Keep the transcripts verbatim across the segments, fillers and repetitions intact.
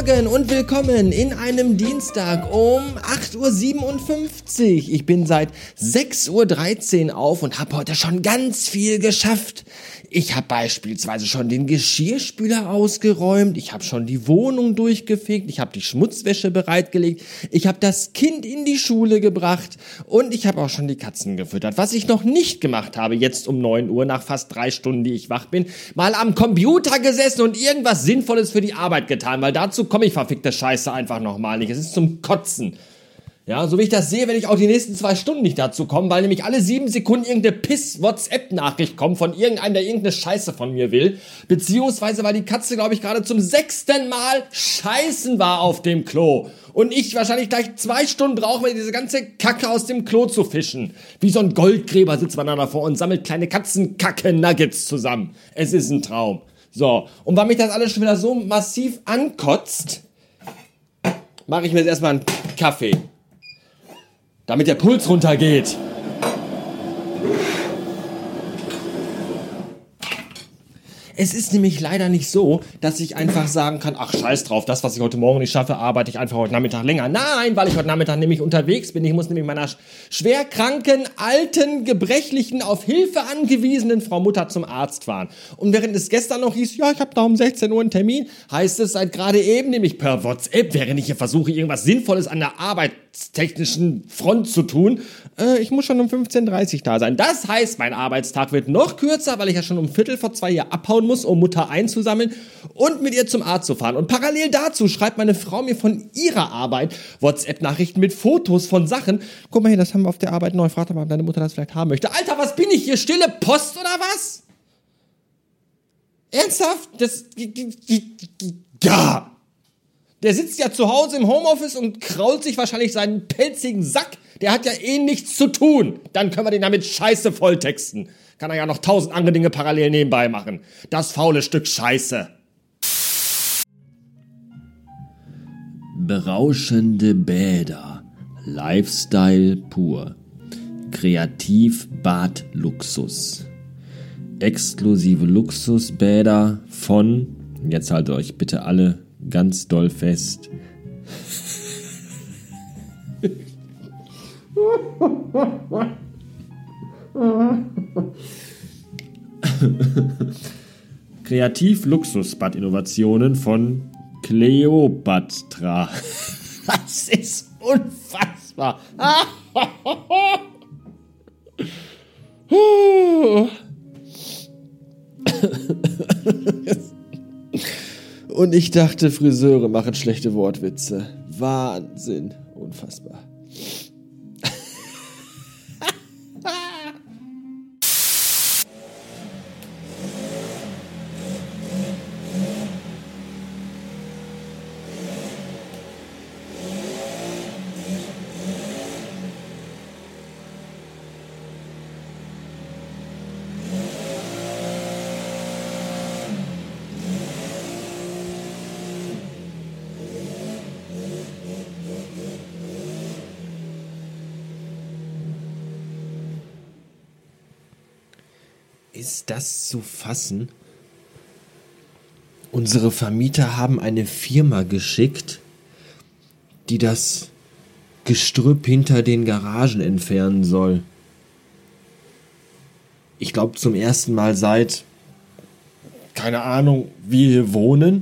Morgen und willkommen in einem Dienstag um acht Uhr siebenundfünfzig. Ich bin seit sechs Uhr dreizehn auf und habe heute schon ganz viel geschafft. Ich habe beispielsweise schon den Geschirrspüler ausgeräumt, ich habe schon die Wohnung durchgefegt, ich habe die Schmutzwäsche bereitgelegt, ich habe das Kind in die Schule gebracht und ich habe auch schon die Katzen gefüttert. Was ich noch nicht gemacht habe, jetzt um neun Uhr, nach fast drei Stunden, die ich wach bin, mal am Computer gesessen und irgendwas Sinnvolles für die Arbeit getan, weil dazu komme ich verfickte Scheiße einfach nochmal nicht. Es ist zum Kotzen. Ja, so wie ich das sehe, werde ich auch die nächsten zwei Stunden nicht dazu kommen, weil nämlich alle sieben Sekunden irgendeine Piss-WhatsApp-Nachricht kommt von irgendeinem, der irgendeine Scheiße von mir will. Beziehungsweise, weil die Katze, glaube ich, gerade zum sechsten Mal scheißen war auf dem Klo. Und ich wahrscheinlich gleich zwei Stunden brauche, um diese ganze Kacke aus dem Klo zu fischen. Wie so ein Goldgräber sitzt man da davor und sammelt kleine Katzenkacke-Nuggets zusammen. Es ist ein Traum. So, und weil mich das alles schon wieder so massiv ankotzt, mache ich mir jetzt erstmal einen Kaffee, damit der Puls runtergeht. Es ist nämlich leider nicht so, dass ich einfach sagen kann, ach scheiß drauf, das, was ich heute Morgen nicht schaffe, arbeite ich einfach heute Nachmittag länger. Nein, weil ich heute Nachmittag nämlich unterwegs bin. Ich muss nämlich meiner schwerkranken, alten, gebrechlichen, auf Hilfe angewiesenen Frau Mutter zum Arzt fahren. Und während es gestern noch hieß, ja, ich habe da um sechzehn Uhr einen Termin, heißt es seit gerade eben nämlich per WhatsApp, während ich hier versuche, irgendwas Sinnvolles an der arbeitstechnischen Front zu tun, äh, ich muss schon um fünfzehn Uhr dreißig da sein. Das heißt, mein Arbeitstag wird noch kürzer, weil ich ja schon um Viertel vor zwei hier abhauen muss, um Mutter einzusammeln und mit ihr zum Arzt zu fahren. Und parallel dazu schreibt meine Frau mir von ihrer Arbeit WhatsApp-Nachrichten mit Fotos von Sachen. Guck mal hier, das haben wir auf der Arbeit neu. Frag doch mal, ob deine Mutter das vielleicht haben möchte. Alter, was bin ich hier? Stille Post oder was? Ernsthaft? Das... Ja! Der sitzt ja zu Hause im Homeoffice und krault sich wahrscheinlich seinen pelzigen Sack. Der hat ja eh nichts zu tun. Dann können wir den damit Scheiße volltexten. Kann er ja noch tausend andere Dinge parallel nebenbei machen. Das faule Stück Scheiße. Berauschende Bäder. Lifestyle pur. Kreativ-Bad-Luxus. Exklusive Luxusbäder von, jetzt haltet euch bitte alle ganz doll fest, Kreativ-Luxusbad-Innovationen von Kleopatra. Das ist unfassbar. Und ich dachte, Friseure machen schlechte Wortwitze. Wahnsinn. Unfassbar. Ist das zu fassen? Unsere Vermieter haben eine Firma geschickt, die das Gestrüpp hinter den Garagen entfernen soll. Ich glaube zum ersten Mal seit, keine Ahnung, wir hier wohnen.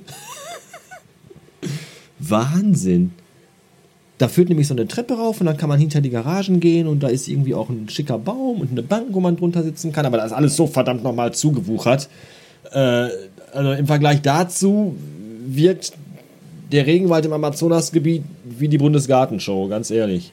Wahnsinn. Da führt nämlich so eine Treppe rauf und dann kann man hinter die Garagen gehen und da ist irgendwie auch ein schicker Baum und eine Bank, wo man drunter sitzen kann, aber da ist alles so verdammt nochmal zugewuchert. Äh, also im Vergleich dazu wirkt der Regenwald im Amazonasgebiet wie die Bundesgartenshow, ganz ehrlich.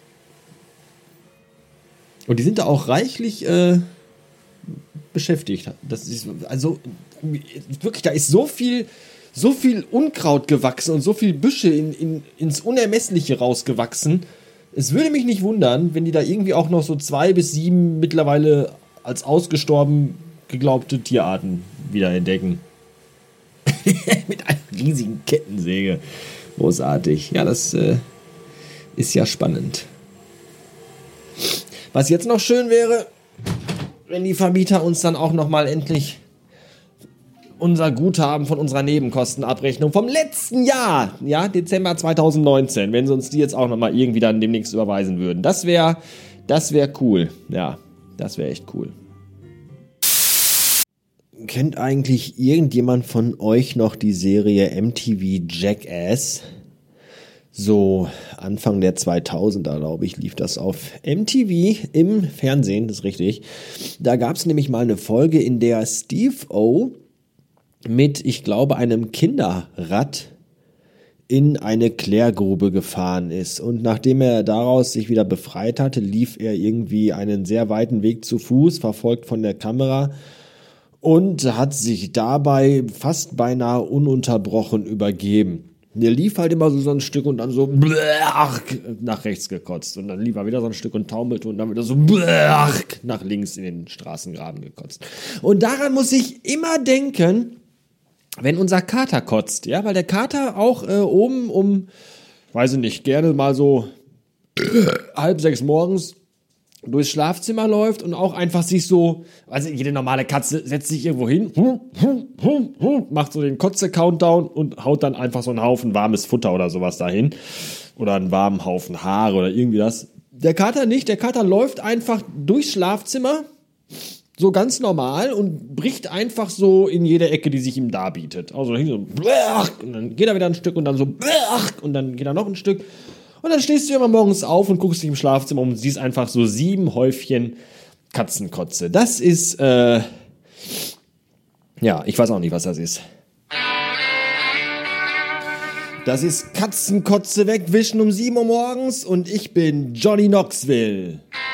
Und die sind da auch reichlich äh, beschäftigt. Das ist also wirklich, da ist so viel so viel Unkraut gewachsen und so viel Büsche in, in, ins Unermessliche rausgewachsen. Es würde mich nicht wundern, wenn die da irgendwie auch noch so zwei bis sieben mittlerweile als ausgestorben geglaubte Tierarten wieder entdecken. Mit einer riesigen Kettensäge. Großartig. Ja, das äh, ist ja spannend. Was jetzt noch schön wäre, wenn die Vermieter uns dann auch noch mal endlich unser Guthaben von unserer Nebenkostenabrechnung vom letzten Jahr, ja, Dezember zwanzig neunzehn, wenn sie uns die jetzt auch nochmal irgendwie dann demnächst überweisen würden. Das wäre, das wäre cool. Ja, das wäre echt cool. Kennt eigentlich irgendjemand von euch noch die Serie M T V Jackass? So Anfang der zweitausender, glaube ich, lief das auf M T V im Fernsehen, das ist richtig. Da gab es nämlich mal eine Folge, in der Steve-O mit, ich glaube, einem Kinderrad in eine Klärgrube gefahren ist. Und nachdem er daraus sich wieder befreit hatte, lief er irgendwie einen sehr weiten Weg zu Fuß, verfolgt von der Kamera, und hat sich dabei fast beinahe ununterbrochen übergeben. Der lief halt immer so, so ein Stück und dann so nach rechts gekotzt. Und dann lief er wieder so ein Stück und taumelte und dann wieder so nach links in den Straßengraben gekotzt. Und daran muss ich immer denken, wenn unser Kater kotzt. Ja, weil der Kater auch äh, oben um, weiß ich nicht, gerne mal so halb sechs morgens durchs Schlafzimmer läuft und auch einfach sich so, also jede normale Katze setzt sich irgendwo hin, macht so den Kotze-Countdown und haut dann einfach so einen Haufen warmes Futter oder sowas dahin. Oder einen warmen Haufen Haare oder irgendwie das. Der Kater nicht, der Kater läuft einfach durchs Schlafzimmer, so ganz normal, und bricht einfach so in jede Ecke, die sich ihm darbietet. Also so, und dann geht er wieder ein Stück und dann so, und dann geht er noch ein Stück. Und dann stehst du immer morgens auf und guckst dich im Schlafzimmer um und siehst einfach so sieben Häufchen Katzenkotze. Das ist, äh, ja, ich weiß auch nicht, was das ist. Das ist Katzenkotze wegwischen um sieben Uhr morgens und ich bin Johnny Knoxville.